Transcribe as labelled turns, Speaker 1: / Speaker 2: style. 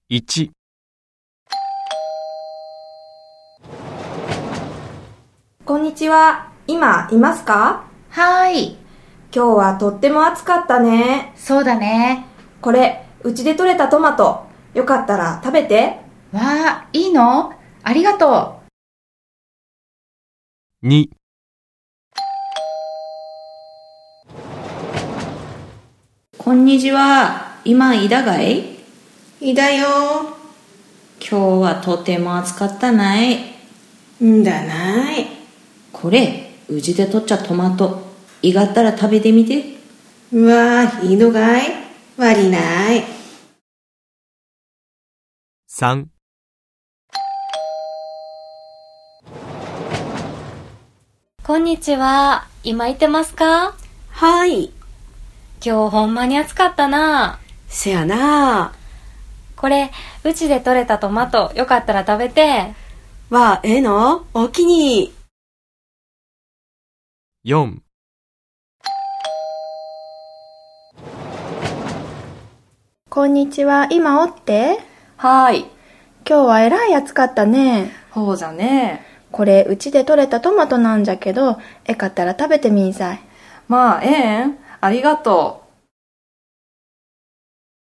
Speaker 1: 1、
Speaker 2: こんにちは。今いますか？
Speaker 3: はーい。
Speaker 2: 今日はとっても暑かったね。
Speaker 3: そうだね。
Speaker 2: これ、うちで採れたトマト。よかったら食べて。
Speaker 3: わあ、いいの？ありがと
Speaker 1: 2、
Speaker 4: こんにちは。今いだがい？
Speaker 5: いだよ。
Speaker 4: 今日はとても暑かったない。
Speaker 5: んだない。
Speaker 4: これ、うちで取っちゃトマト。いがったら食べてみて。
Speaker 5: うわいいのがい？悪いない。
Speaker 1: 3、
Speaker 6: こんにちは。今いてますか？
Speaker 5: はい。
Speaker 6: 今日ほんまに暑かったな。
Speaker 5: せやな。
Speaker 6: これ、うちで採れたトマト、よかったら食べて。
Speaker 5: わええの？おおきに。
Speaker 1: 4、
Speaker 7: こんにちは。今おって？
Speaker 3: はーい。
Speaker 7: 今日はえらい暑かったね。
Speaker 3: ほうじゃね。
Speaker 7: これうちで採れたトマトなんじゃけど、えかったら食べてみんさい。
Speaker 3: まあ、ええん。ありがと